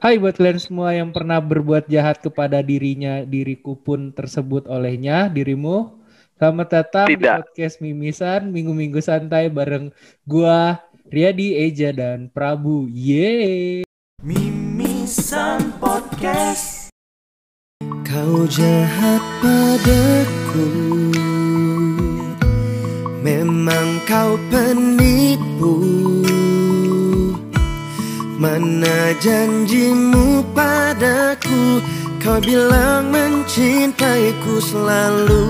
Hai buat kalian semua yang pernah berbuat jahat kepada dirinya, diriku pun tersebut olehnya, dirimu. Selamat datang di Tidak. podcast Mimisan, minggu-minggu santai bareng gua, Riyadi, Eja, dan Prabu. Yeay! Mimisan Podcast. Kau jahat padaku, memang kau penipu. Mana janjimu padaku, kau bilang mencintaiku selalu.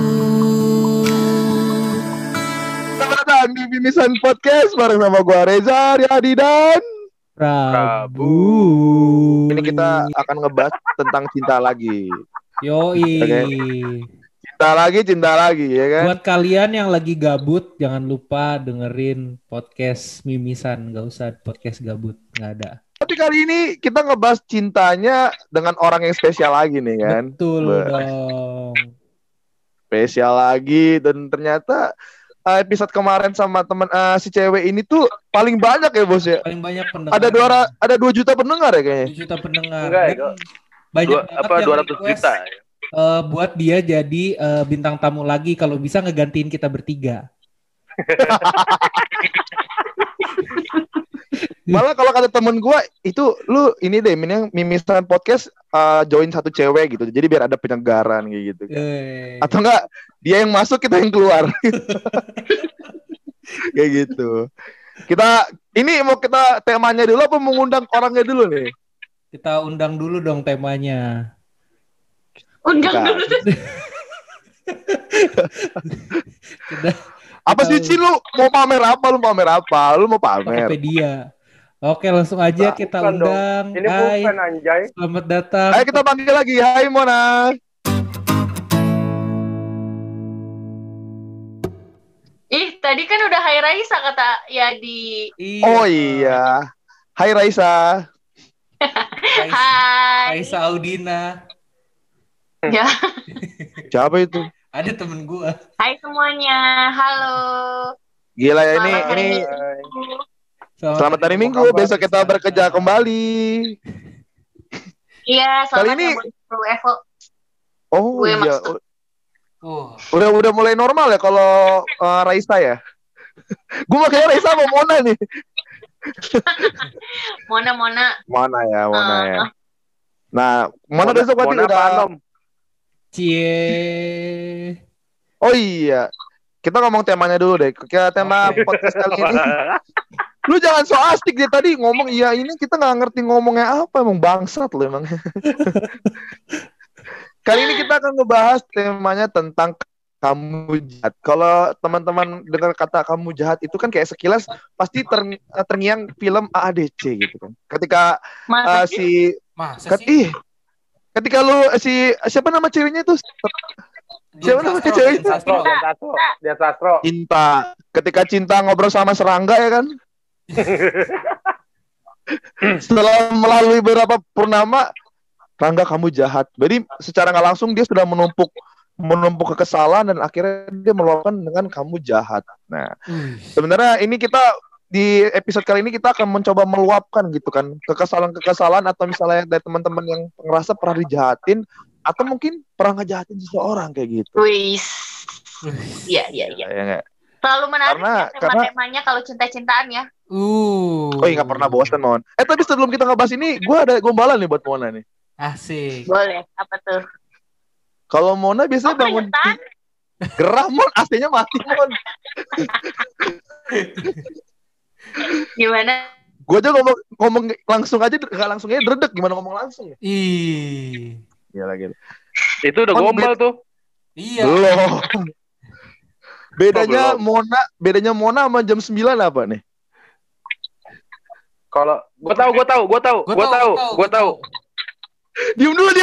Selamat datang di Mimisan Podcast bareng sama gua Reza, Riyadi, dan Prabu. ini kita akan ngebahas tentang cinta lagi. Yoi. Oke. Cinta lagi, ya kan? Buat kalian yang lagi gabut, jangan lupa dengerin podcast Mimisan. Gak usah podcast gabut, gak ada. Tapi kali ini kita ngebahas cintanya dengan orang yang spesial lagi nih kan. Betul dong. Spesial lagi, dan ternyata episode kemarin sama teman si cewek ini tuh paling banyak ya bos ya. Paling banyak pendengar. Ada 2 juta pendengar ya kayaknya. 2 juta pendengar. Enggak, Dan banyak banget yang 200 request, juta. buat dia jadi bintang tamu lagi kalau bisa ngegantiin kita bertiga. Malah kalau kata temen gue itu lu ini deh Mimisan Podcast join satu cewek gitu. Jadi biar ada penyegaran kayak gitu kan. Atau enggak dia yang masuk kita yang keluar. Kayak gitu. Kita temanya dulu apa mengundang orangnya dulu nih? Kita undang dulu dong temanya. Undang dulu. Apa sih Ci, lu mau pamer apa? Lu mau pamer? Tokopedia. Oke, langsung aja kita Bukan undang. Dong. Ini Hai, bukan anjay. selamat datang. Ayo kita panggil lagi. Hai Mona. Tadi kan udah Hai Raisa kata ya di. Iya. Oh iya. Hai Raisa. Hai. Raisa Audina. Ya. Siapa itu? Ada temen gua. Hai semuanya. Halo. Gila ya ini Selamat hari ini Minggu. selamat hari Minggu. Besok kita bekerja kembali. Iya, Kali selamat ini ya buat Evo. Oh Gue iya. masuk. Oh. Udah mulai normal ya kalau Raisa ya. Gue makanya Raisa sama Mona nih. Mona. Mona ya. Nah, Mona besok berarti Mona udah. Panom. Cie. Oh iya. Kita ngomong temanya dulu deh. Kita tema podcast kali ini. Lu jangan so asik deh tadi ngomong iya ini kita nggak ngerti ngomongnya apa, emang bangsat lu emang. Kali ini kita akan ngebahas temanya tentang kamu jahat. Kalau teman-teman dengar kata kamu jahat itu kan kayak sekilas pasti terngiang film AADC gitu kan. Ketika Masa sih? Masa sih? ketika lu siapa nama ceweknya itu? Siapa nama ceweknya? Dia Sastro. Cinta. Ketika cinta ngobrol sama serangga ya kan. Setelah melalui beberapa purnama, Rangga kamu jahat. Jadi secara nggak langsung dia sudah menumpuk kekesalan dan akhirnya dia meluapkan dengan kamu jahat. Nah, sebenarnya ini kita di episode kali ini kita akan mencoba meluapkan gitu kan kekesalan atau misalnya dari teman-teman yang ngerasa pernah dijahatin atau mungkin pernah ngejahatin seseorang kayak gitu. Wih. Iya. Ya, Selalu menarik Karena- ya tema-temanya kalau cinta-cintaan ya. Oh iya, nggak pernah bosan Mon. Tapi sebelum kita ngebahas ini, gue ada gombalan nih buat Mona nih. Asik. Boleh. Apa tuh? Kalau Mona biasanya bangun Keringetan? gerah Mon, AC-nya mati Mon. Gimana? Gue aja ngomong langsung aja, nggak langsungnya dredeg, gimana ngomong langsung ya? Ih. Iya lagi. Itu udah gombal tuh. Iya. Belum. Bedanya Mona sama jam 9 apa nih? Kalau gua tahu. Diam dulu.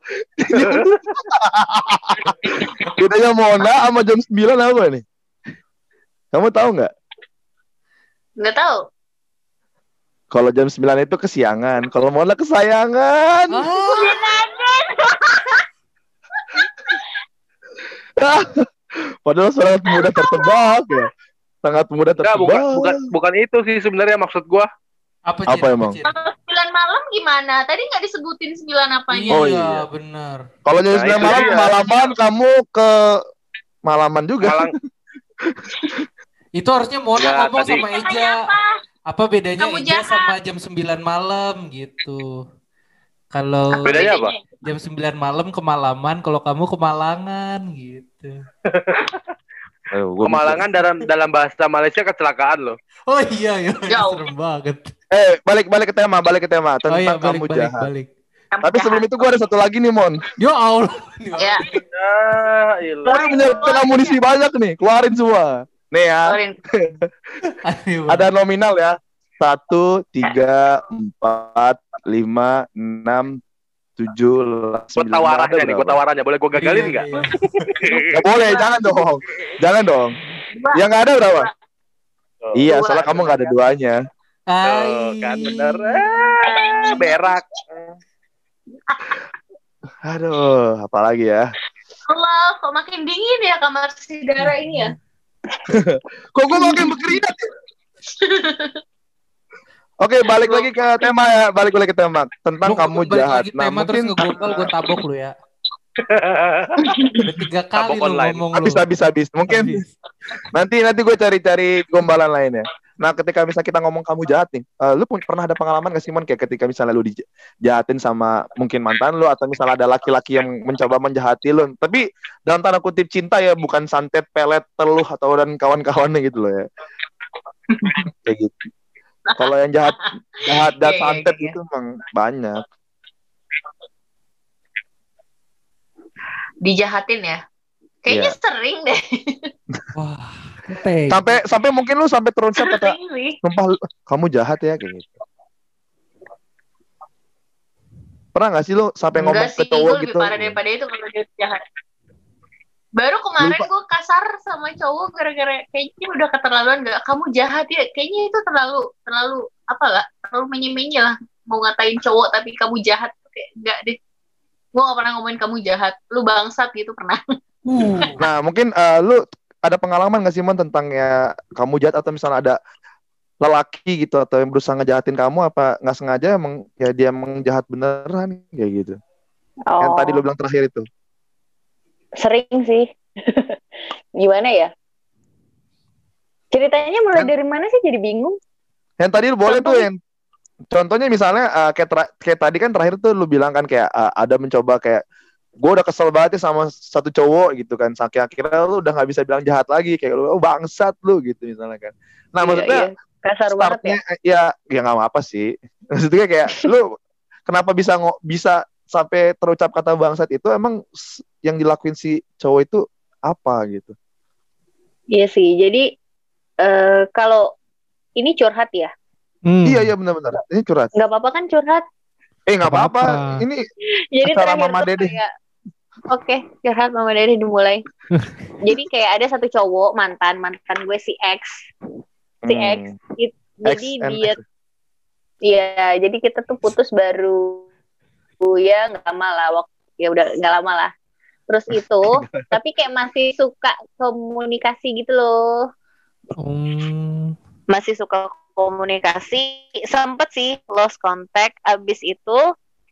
Bedanya Mona sama jam 9 apa nih? Kamu tahu nggak? Nggak tahu. Kalau jam 9 itu kesiangan, kalau Mona kesayangan. Padahal sangat mudah tertebak ya. Sangat mudah Enggak, tertebak. bukan itu sih sebenarnya maksud gua. Apa Apa emang? Cid? Kalau 9 malam gimana? Tadi nggak disebutin 9 apanya. Oh, Iya, iya. benar. Kalau jam Nah, 9 itu malam dia. kemalaman, kamu ke malaman juga. Malang. Itu harusnya Mona Enggak, ngomong tadi- sama Namanya Eja. apa? Apa bedanya Kamu Eja jahat. sama jam 9 malam gitu. Kalau Bedanya apa? jam 9 malam kemalaman, kalau kamu kemalangan gitu. Ayo, gua Kemalangan dalam bahasa Malaysia kecelakaan loh. Oh iya, iya, Jauh. serem banget. balik ke tema tentang Oh iya, kamu jahat. balik. Kamu Tapi sebelum jahat. itu gua ada satu lagi nih, Mon. Ya Allah. Ya, Ilah. Gua menyiapkan amunisi banyak nih, keluarin semua. Nih ya, keluarin. Aduh. ada nominal ya. 1, 3, 4, 5, 6, 7, 9. Gue tawarannya nih, gue tawarannya. Boleh gue gagalin Iya, nggak? iya. Gak boleh, jangan dong. Jangan dong. Dua. Yang nggak ada berapa? Oh, Iya, Dua. soalnya kamu nggak ada duanya. kan bener. Berak. Aduh, apalagi ya? Allah, kok makin dingin ya kamar si Dara ini ya? Kok gue makin berkeringat ya? Oke, balik lagi ke tema ya. Balik lagi ke tema tentang Lu kamu balik jahat. lagi Nah, tema terus mungkin ngegombal gue tabok lu ya. Udah 3 kali Tabok lu online. ngomong lu. habis. Mungkin Habis. nanti gue cari gombalan lainnya. Nah, ketika misalnya kita ngomong kamu jahat nih, lu pernah ada pengalaman gak sih, Mon? Kayak ketika misalnya lu dijahatin sama mungkin mantan lu, atau misalnya ada laki-laki yang mencoba menjahati lu, tapi dalam tanda kutip cinta ya, bukan santet, pelet, teluh, atau dan kawan-kawannya gitu loh ya. Kayak gitu. Kalau yang jahat dan Iya, santet iya. itu emang banyak. Dijahatin ya? Kayaknya sering deh. Wah, teh. Sampai mungkin lu sampai terucap kata, Sering sih. sumpah kamu jahat ya, kayak gitu. Pernah gak sih lu sampai ngomong Enggak ke sih, gue cowok lebih gitu? parah daripada itu kalau dia jahat. Baru kemarin gue kasar sama cowok gara-gara kayaknya udah keterlaluan gak? Kamu jahat ya? Kayaknya itu terlalu apa gak? Terlalu menye-menye lah. Mau ngatain cowok tapi kamu jahat. Kayak enggak deh. Gue gak pernah ngomongin kamu jahat. Lu bangsat gitu pernah. Nah, mungkin lu ada pengalaman gak sih, Mon, tentang ya kamu jahat, atau misalnya ada lelaki gitu atau yang berusaha ngejahatin kamu, apa nggak sengaja emang ya dia emang jahat beneran kayak gitu. Yang tadi lu bilang terakhir itu. Sering sih. Gimana ya? Ceritanya mulai dari mana sih, jadi bingung. Yang tadi lu boleh tuh Contohnya? yang contohnya misalnya kayak tadi kan terakhir tuh lu bilang kan kayak ada mencoba kayak gue udah kesel banget ya sama satu cowok gitu kan, saking akhirnya lu udah nggak bisa bilang jahat lagi, kayak lu bangsat lu gitu misalnya kan. Nah, maksudnya Iya. Kasar banget ya. startnya ya nggak apa sih. Maksudnya kayak lu kenapa bisa sampai terucap kata bangsat itu, emang yang dilakuin si cowok itu apa gitu? Iya sih. Jadi kalau ini curhat ya, Iya benar-benar. Ini curhat. nggak apa-apa kan curhat. Nggak apa-apa. Apa-apa. Ini Jadi acara terakhir Mama tuh Dede. kayak, oke, curhat Mama Dede dimulai. Jadi kayak ada satu cowok mantan gue si X. Si X. Jadi X and dia, X. iya, jadi kita tuh putus baru ya nggak lama lah, ya udah nggak lama lah. Terus itu, tapi kayak masih suka komunikasi gitu loh. Masih suka komunikasi, sempet sih lost contact. Abis itu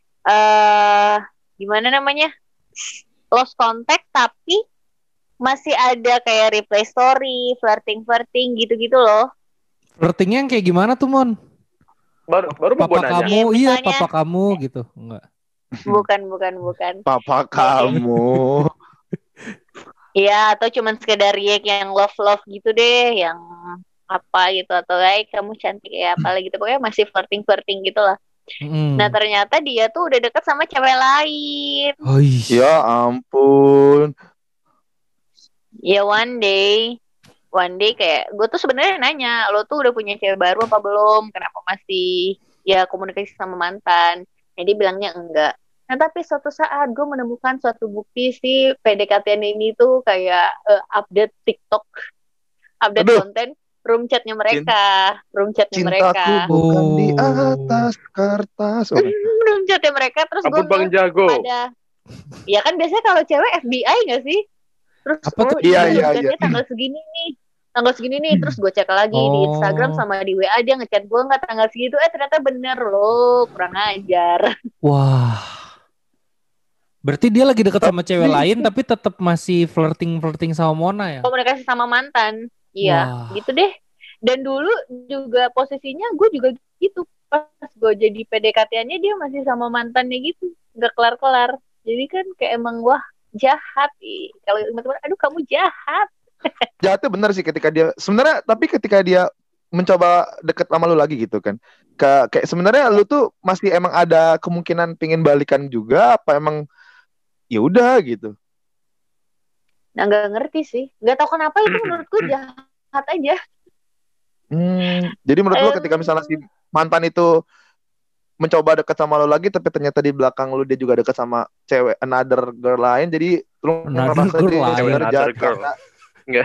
gimana namanya, lost contact tapi masih ada kayak reply story, flirting gitu loh. Flirtingnya yang kayak gimana tuh, Mon? Baru mau Papa gue nanya. kamu, Iya, iya misalnya. papa kamu gitu. Enggak. Bukan. Papa kamu. Iya, atau cuman sekedar react yang love gitu deh, yang apa gitu, atau kamu cantik ya apa gitu, pokoknya masih flirting gitu lah. Nah, ternyata dia tuh udah deket sama cewek lain. Oh, Ya ampun. Ya one day kayak gue tuh sebenarnya nanya, lo tuh udah punya cewek baru apa belum? Kenapa masih ya komunikasi sama mantan? Jadi bilangnya enggak. Nah, tapi suatu saat gue menemukan suatu bukti si PDKT ini tuh kayak update TikTok, update Aduh. konten room chatnya mereka. Cintaku bukan di atas kertas. Oh. Room chatnya mereka, terus gue Ampun Bang Jago. ada. Ya kan biasanya kalau cewek FBI nggak sih? Terus Apa tuh? Iya, room iya, chatnya iya. tanggal segini nih. tanggal segini nih, terus gue cek lagi di Instagram sama di WA dia ngechat gue nggak tanggal segitu, ternyata bener loh, kurang ajar. Wah. Berarti dia lagi deket sama cewek lain tapi tetap masih flirting sama Mona ya? Komunikasi sama mantan, iya, gitu deh. Dan dulu juga posisinya gue juga gitu, pas gue jadi PDKT-annya dia masih sama mantannya gitu, nggak kelar-kelar. Jadi kan kayak emang wah jahat, kalau teman-teman, aduh kamu jahat. Jahatnya bener sih ketika dia sebenarnya, tapi ketika dia mencoba deket sama lu lagi gitu kan, kayak sebenarnya lu tuh masih emang ada kemungkinan pingin balikan juga, apa emang ya udah gitu? Nah nggak ngerti sih, nggak tahu kenapa itu menurutku jahat aja. Jadi menurut lu ketika misalnya si mantan itu mencoba deket sama lo lagi, tapi ternyata di belakang lu dia juga deket sama cewek another girl lain, jadi lu ngerasa dia sebenarnya jahat karena Enggak.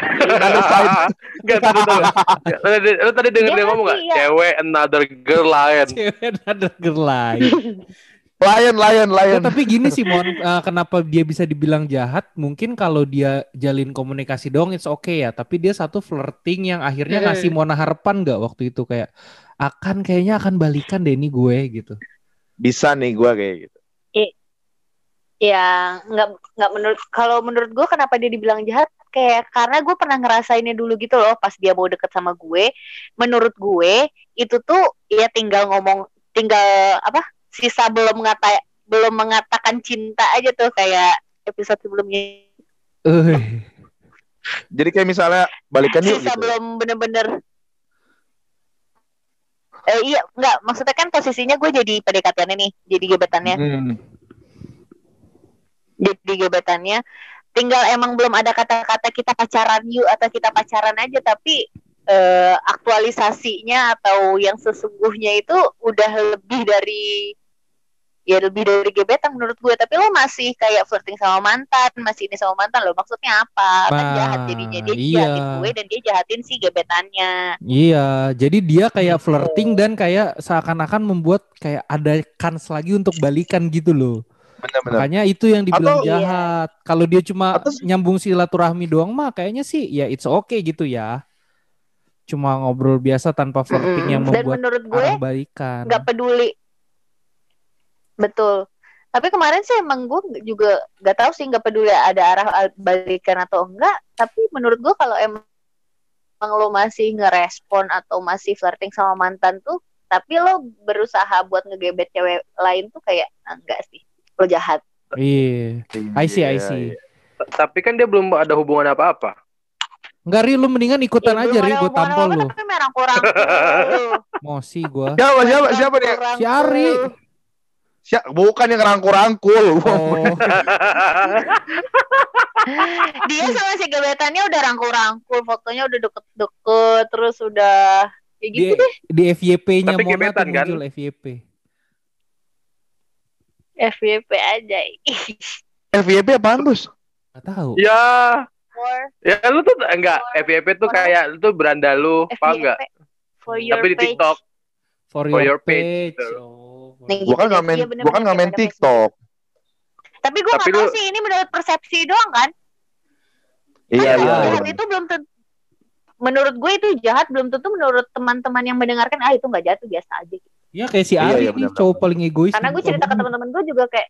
Lu tadi denger dia ngomong enggak? Cewek another girl lain. Cewek another girl lain. Lion. Tapi gini sih Mon, kenapa dia bisa dibilang jahat? Mungkin kalau dia jalin komunikasi dong, it's okay ya. Tapi dia satu flirting yang akhirnya ngasih Mona harapan nggak waktu itu, kayak kayaknya akan balikan deh ini gue gitu. Bisa nih gue kayak gitu. Ya nggak menurut gue kenapa dia dibilang jahat, kayak karena gue pernah ngerasainnya dulu gitu loh pas dia mau deket sama gue. Menurut gue itu tuh ya tinggal sisa belum mengatakan cinta aja tuh, kayak episode sebelumnya. Jadi kayak misalnya balikan yuk sisa gitu. Belum bener-bener. Iya, enggak, maksudnya kan posisinya gue jadi PDKT-annya nih, jadi gebetannya. Jadi gebetannya, tinggal emang belum ada kata-kata kita pacaran yuk atau kita pacaran aja, tapi aktualisasinya atau yang sesungguhnya itu udah lebih dari gebetan menurut gue. Tapi lo masih kayak flirting sama mantan, masih ini sama mantan, lo maksudnya apa? Kan jahat jadinya, dia jahatin gue dan dia jahatin si gebetannya. Iya, jadi dia kayak flirting dan kayak seakan-akan membuat kayak ada kans lagi untuk balikan gitu loh. Benar-benar. Makanya itu yang dibilang jahat. Kalau dia cuma nyambung silaturahmi doang mah kayaknya sih ya it's okay gitu ya. Cuma ngobrol biasa tanpa flirting yang membuat arah balikan. Gak peduli. Betul. Tapi kemarin sih emang gue juga gak tahu sih, gak peduli ada arah balikan atau enggak. Tapi menurut gue kalau emang lo masih ngerespon atau masih flirting sama mantan tuh, tapi lo berusaha buat ngegebet cewek lain tuh kayak enggak sih, lo jahat. Iya, I see. Tapi kan dia belum ada hubungan apa-apa. Enggak, Ri, lu mendingan ikutan aja, Ri, gue tampol lu. Tapi merang-kurang. Mosi gue. Siapa nih? Si Ari. Bukan yang rangkul-rangkul. Dia sama si gebetannya udah rangkul-rangkul, fotonya udah deket-deket, terus udah kayak gitu deh. Di FYP-nya Mona tuh kan? muncul FYP. FYP aja. FYP apaan, Bos? Gak tahu. Ya lu tuh enggak, FYP tuh kayak lu tuh beranda lu, paham enggak? Tapi di TikTok. For your page. Gua kan nggak main TikTok. Tapi gue nggak tahu sih, ini menurut persepsi doang kan? Iya. Jahat itu belum tentu. Menurut gue itu jahat, belum tentu menurut teman-teman yang mendengarkan itu nggak jahat, biasa aja. Iya kayak si Ari nih, cowok paling egois. Karena gue cerita ke teman-teman gue juga kayak.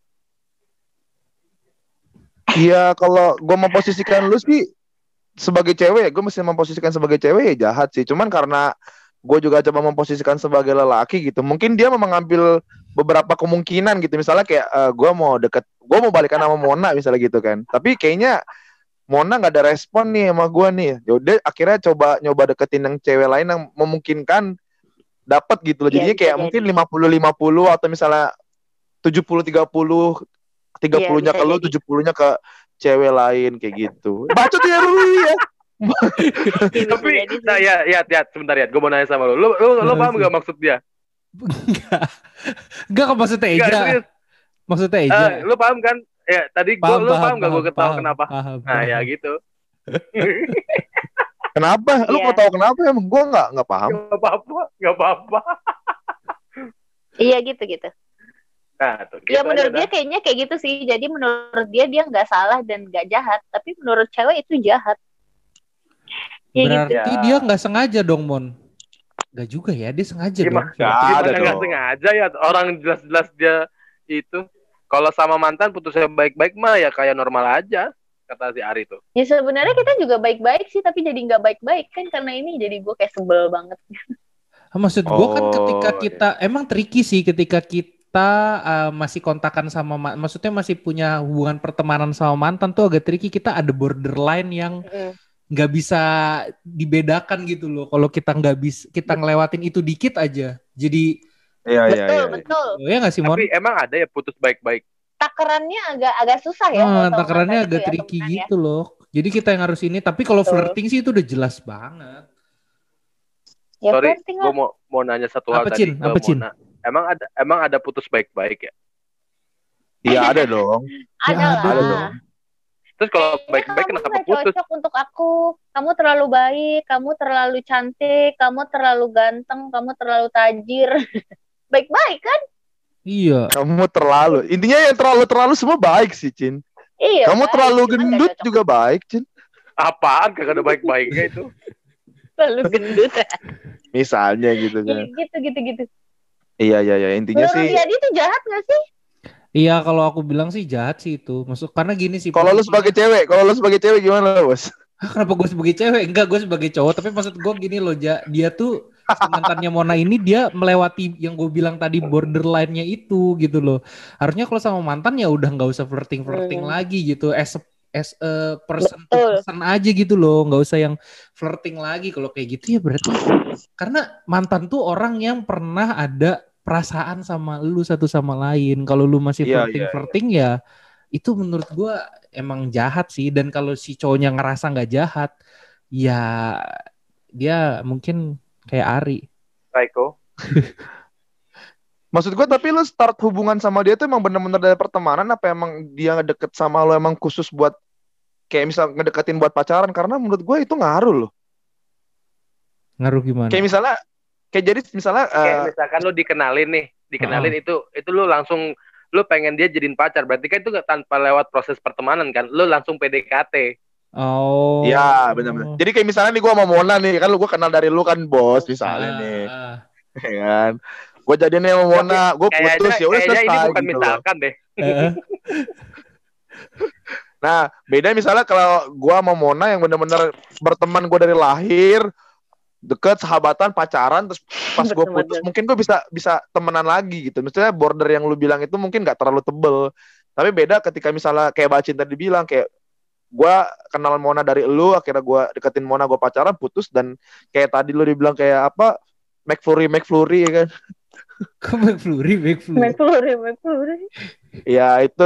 Iya, kalau gue memposisikan lu sih sebagai cewek, gue mesti memposisikan sebagai cewek ya jahat sih. Cuman karena gue juga coba memposisikan sebagai lelaki gitu, mungkin dia mengambil beberapa kemungkinan gitu. Misalnya kayak gue mau balikan sama Mona misalnya gitu kan, tapi kayaknya Mona nggak ada respon nih sama gue nih. Yaudah akhirnya nyoba deketin yang cewek lain yang memungkinkan dapat gitu loh. Jadinya kayak mungkin 50-50 atau misalnya 70-30, 30-nya ke lu, 70-nya ke cewek lain kayak gitu. Bacot ya lu ya. Tapi ya sebentar ya, gue mau nanya sama lu. Lu paham gak maksud dia? Enggak kok maksudnya Eja. Maksudnya Eja. Lu paham kan? Ya tadi lu paham gak gue ketawa kenapa? Nah ya gitu. Kenapa? Lu mau tahu kenapa emang? Gue nggak paham. Gak apa-apa. Iya gitu. Nah, tuh, ya menurut dia kayaknya kayak gitu sih. Jadi menurut dia nggak salah dan nggak jahat. Tapi menurut cewek itu jahat. Berarti dia nggak sengaja dong, Mon. Nggak juga ya, dia sengaja dong. Nggak sengaja ya, orang jelas-jelas dia itu. Kalau sama mantan putusnya baik-baik mah ya kayak normal aja, kata si Ari tuh. Ya sebenarnya kita juga baik-baik sih, tapi jadi nggak baik-baik kan karena ini, jadi gue kayak sebel banget. Maksud gue kan ketika kita emang tricky sih ketika kita masih kontakan sama maksudnya masih punya hubungan pertemanan sama mantan tuh agak tricky, kita ada borderline yang nggak bisa dibedakan gitu loh. Kalau kita nggak bisa, kita ngelewatin itu dikit aja, jadi betul. Ya nggak sih, Mon? Tapi emang ada ya putus baik-baik. Takarannya agak susah ya. Takarannya agak tricky ya, gitu loh. Jadi kita yang harus ini. Tapi kalau flirting sih itu udah jelas banget. Ya, sorry, gue mau nanya satu hal tadi. Apa Cin? Emang ada putus baik-baik ya? Iya ada dong. Ada dong. Terus kalau baik-baik kenapa putus? Cocok untuk aku. Kamu terlalu baik, kamu terlalu cantik, kamu terlalu ganteng, kamu terlalu tajir. Baik-baik kan? Iya. Kamu terlalu. Intinya yang terlalu semua baik sih, Cin. Iya. Kamu terlalu gendut juga baik, Cin. Apaan? Kagak ada baik-baiknya itu. Terlalu gendut. Misalnya gitu kan. Gitu. Iya. Intinya sih. Dia itu jahat gak sih? Iya, kalau aku bilang sih jahat sih itu. Maksud karena gini sih. Kalau lu sebagai cewek gimana, Bos? Kenapa gue sebagai cewek? Enggak, gue sebagai cowok. Tapi maksud gue gini loh, dia tuh mantannya Mona ini dia melewati yang gue bilang tadi borderline-nya itu gitu loh. Harusnya kalau sama mantan ya udah nggak usah flirting lagi gitu. As a person to person aja gitu loh, nggak usah yang flirting lagi. Kalau kayak gitu ya berarti karena mantan tuh orang yang pernah ada perasaan sama lu satu sama lain. Kalau lu masih flirting ya itu menurut gue emang jahat sih. Dan kalau si cowoknya ngerasa nggak jahat, ya dia mungkin kayak Ari. Psycho. Maksud gue tapi lu start hubungan sama dia tuh emang bener-bener dari pertemanan apa emang dia ngedeket sama lu emang khusus buat kayak misal ngedeketin buat pacaran? Karena menurut gue itu ngaruh loh. Ngaruh gimana? Kayak misalnya kayak misalkan lu dikenalin itu lu langsung lu pengen dia jadiin pacar, berarti kan itu gak tanpa lewat proses pertemanan kan, lu langsung PDKT. Oh. Iya benar-benar. Jadi kayak misalnya nih gue sama Mona nih kan, gue kenal dari lu kan Bos misalnya nih, kan? Gue jadinya sama Mona, gue putus ya udah selesai. Ini bukan gitu misalkan loh. deh. Nah beda misalnya kalau gue sama Mona yang benar-benar berteman gue dari lahir, deket, sahabatan, pacaran, terus pas gue putus mungkin gue bisa temenan lagi gitu. Maksudnya border yang lu bilang itu mungkin gak terlalu tebel. Tapi beda ketika misalnya kayak Bacin tadi bilang, kayak gue kenal Mona dari lu, akhirnya gue deketin Mona, gue pacaran, putus, dan kayak tadi lu dibilang kayak apa, McFlurry ya kan. Kok McFlurry? Ya itu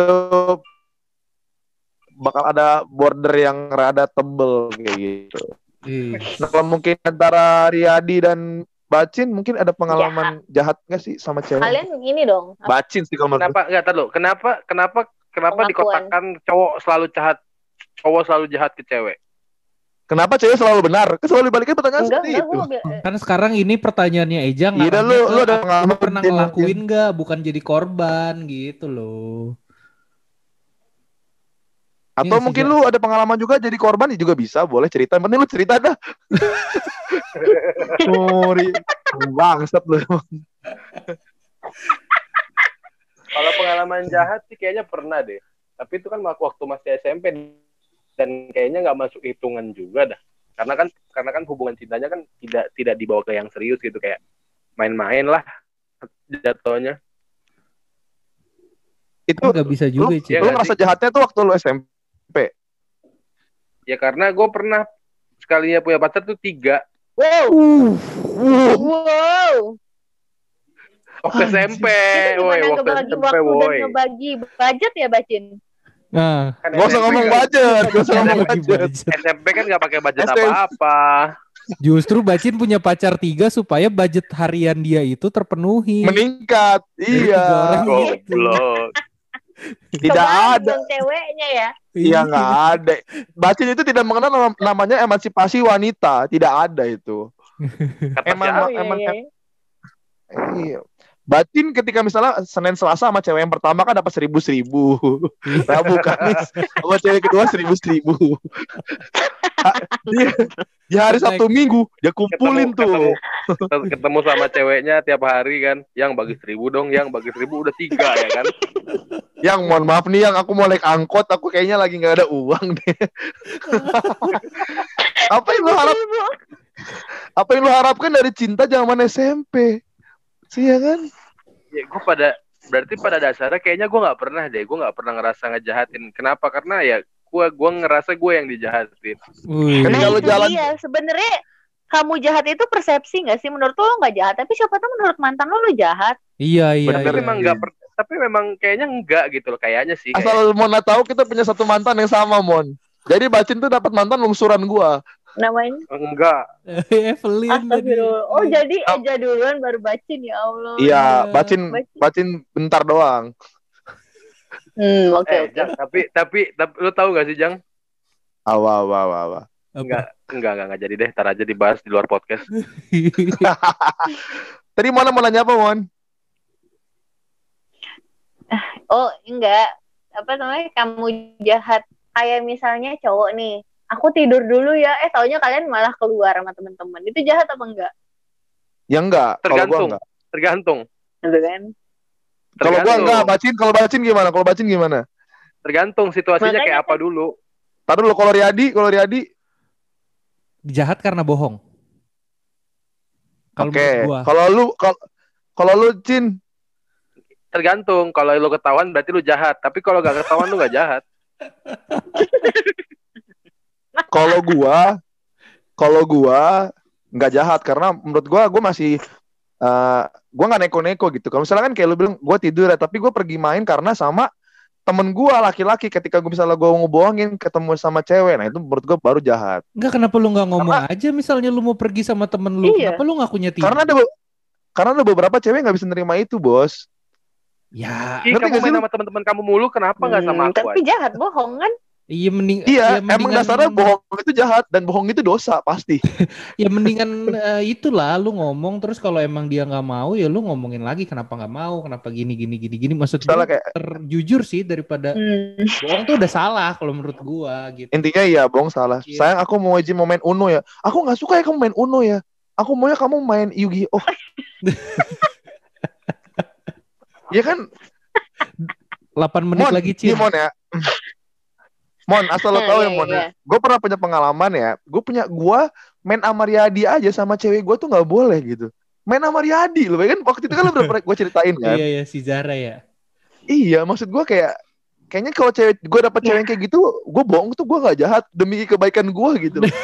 bakal ada border yang rada tebel kayak gitu. Nah, kalau mungkin antara Riyadi dan Bacin mungkin ada pengalaman jahat nggak sih sama cewek? Kalian begini dong. Bacin sih kalau kenapa dikotakkan cowok selalu jahat ke cewek? Kenapa cewek selalu benar? Selalu balikin pertanyaan seperti itu. Kan sekarang ini pertanyaannya Eja nggak? Iya, lu ada pengalaman pernah ngelakuin nggak? Bukan jadi korban gitu loh. Atau mungkin lu ada pengalaman juga jadi korban juga bisa, boleh cerita. Penting lu cerita dah. Sorry. Bangsat lu. Kalau pengalaman jahat sih kayaknya pernah deh. Tapi itu kan waktu masih SMP dan kayaknya nggak masuk hitungan juga dah. Karena kan hubungan cintanya kan tidak dibawa ke yang serius gitu, kayak main-main lah jatuhnya. Itu nggak bisa juga sih. Lu ngerasa jahatnya tuh waktu lu SMP? Ya karena gue pernah sekalinya punya pacar tuh 3. Wow. Waktu SMP. Waktu dan ngebagi budget ya, Bacin? Nah, gak usah ngomong budget. SMP kan gak pakai budget apa-apa. Justru Bacin punya pacar 3 supaya budget harian dia itu terpenuhi. Meningkat. Iya. Goblok. Tidak ada ceweknya ya. Iya nggak ada. Bacin itu tidak mengenal namanya emansipasi wanita, tidak ada itu. Iya. Bacin ketika misalnya Senin Selasa sama cewek yang pertama kan dapat 1.000. Rabu Kamis sama cewek kedua 1.000. Di hari Sabtu Minggu dia kumpulin tuh. Ketemu sama ceweknya tiap hari kan, yang bagi 1.000 dong, yang bagi 1.000 udah 3 ya kan. Yang mohon maaf nih, yang aku mau naik angkot, aku kayaknya lagi nggak ada uang deh. Apa yang lu harapkan dari cinta zaman SMP? Sih ya kan? Ya, berarti pada dasarnya kayaknya gue nggak pernah deh, gue nggak pernah ngerasa ngejahatin. Kenapa? Karena ya gue ngerasa gue yang dijahatin. Kan kalau jalan, iya sebenarnya kamu jahat itu persepsi nggak sih? Menurut lo nggak jahat, tapi siapa tahu menurut mantan lo jahat. Iya. Tapi memang nggak, tapi memang kayaknya enggak gitu loh, kayaknya sih. Asal Mona tahu kita punya satu mantan yang sama, Mon. Jadi Bacin tuh dapat mantan lungsuran gua. Namanya? Enggak. Evelyn. Astagfirullah. Oh jadi Eja duluan baru Bacin, ya Allah. Iya, Bacin bentar doang. Oke. Jang, tapi lo tahu gak sih, Jang? Awa. Enggak jadi deh, tar aja dibahas di luar podcast. Tadi Mona mau nanya apa, Mon? Oh, enggak. Apa namanya? Kamu jahat. Kayak misalnya cowok nih, aku tidur dulu ya. Taunya kalian malah keluar sama teman-teman. Itu jahat apa enggak? Ya enggak. Tergantung. Gitu kan? Kalau gua enggak, kalau Bacin gimana? Tergantung situasinya. Makanya kayak apa dulu. Tar dulu, kalau Riyadi jahat karena bohong. Oke. Kalau lu Cin, tergantung. Kalau lu ketahuan berarti lu jahat. Tapi kalau gak ketahuan lu gak jahat. Kalau gua nggak jahat karena menurut gua masih gua nggak neko-neko gitu. Kalau misalnya kan kayak lu bilang gua tidur ya, tapi gua pergi main karena sama temen gua laki-laki. Ketika gua misalnya gua ngebohongin ketemu sama cewek, nah itu menurut gua baru jahat. Enggak, kenapa lu nggak ngomong aja misalnya lu mau pergi sama temen lu? Iya. Kenapa lu ngakunya tidur? Karena ada beberapa cewek nggak bisa nerima itu, bos. Ya. Kamu main sama teman-teman kamu mulu, kenapa nggak sama aku? Tapi jahat bohong kan? Iya, emang dasarnya bohong itu jahat dan bohong itu dosa pasti. Ya mendingan itulah lu ngomong, terus kalau emang dia nggak mau ya lu ngomongin lagi kenapa nggak mau, kenapa gini. Maksud gue terjujur sih daripada bohong tuh udah salah kalau menurut gua gitu. Intinya ya bohong salah. Iya. Sayang aku mau izin mau main Uno ya. Aku nggak suka ya kamu main Uno ya. Aku maunya kamu main Yu-Gi-Oh. Iya kan? 8 menit lagi Cin. Mon ya. Mon, asal lo tau ya Mon ya. Gue pernah punya pengalaman ya. Gue main sama Riyadi aja sama cewek gue tuh gak boleh gitu. Main sama Riyadi loh. Kan waktu itu kan lo udah pernah gue ceritain kan. Iya, si Zara ya. Iya, maksud gue kayaknya kalau gue dapet cewek kayak gitu, gue bohong tuh gue gak jahat demi kebaikan gue gitu loh.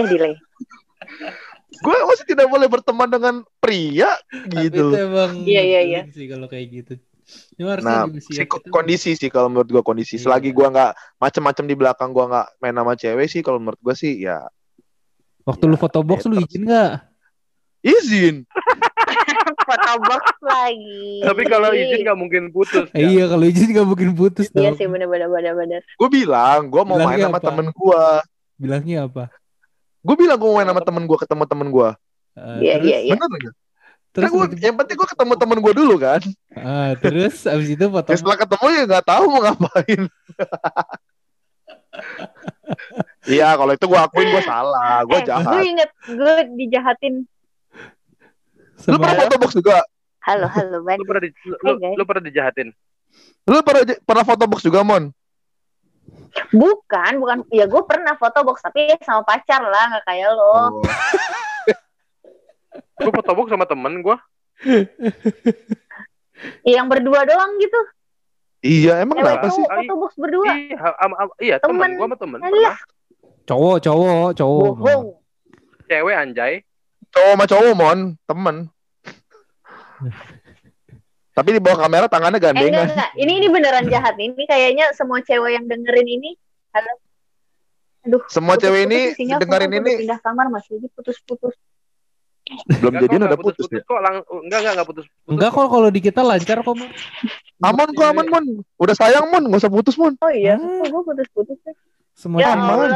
Gue masih tidak boleh berteman dengan pria gitu. Tapi itu emang iya sih kalau kayak gitu. Nah, kondisi sih kalau menurut gue kondisi. Selagi gue nggak macem-macem di belakang gue nggak main sama cewek sih, kalau menurut gue sih ya. Waktu lu fotobox lu izin nggak? Izin. Fotobox lagi. Tapi kalau izin nggak mungkin putus. Iya, kalau izin nggak mungkin putus. Iya sih benar. Gue bilang gue mau main sama temen gue. Bilangnya apa? Gue bilang gue mau main sama temen gue, ketemu temen gue. Iya. Bener nggak? Terus yang penting gue ketemu temen gue dulu kan. Terus abis itu foto. Setelah ketemu ya nggak tahu mau ngapain. Iya, kalau itu gue akuin gue salah, gue jahat. Gue inget gue dijahatin. Lu pernah fotobox juga? Halo Bang. Lu pernah dijahatin? Lu pernah fotobox juga, Mon? Bukan. Ya gue pernah fotobox tapi sama pacar lah, nggak kayak lo. Gue fotobox sama temen gue. Yang berdua doang gitu. Iya, emang kenapa sih? Fotobox berdua. Iya, temen gue sama temen. Cowok. Bohong. Cewek anjay. Cowok sama cowok, Mon, temen. Tapi di bawah kamera tangannya gandengan. Enggak. Ini beneran jahat nih. Ini kayaknya semua cewek yang dengerin ini. Halo. Aduh. Semua cewek ini dengerin ini. Pindah kamar masih putus-putus. Belum jadian udah putus ya? Enggak putus. Enggak kok, kalau di kita lancar kok, Mon. Aman, Mon. Udah sayang, Mon. Nggak usah putus, Mon. Oh iya, gue putus-putus ya. Semua aman.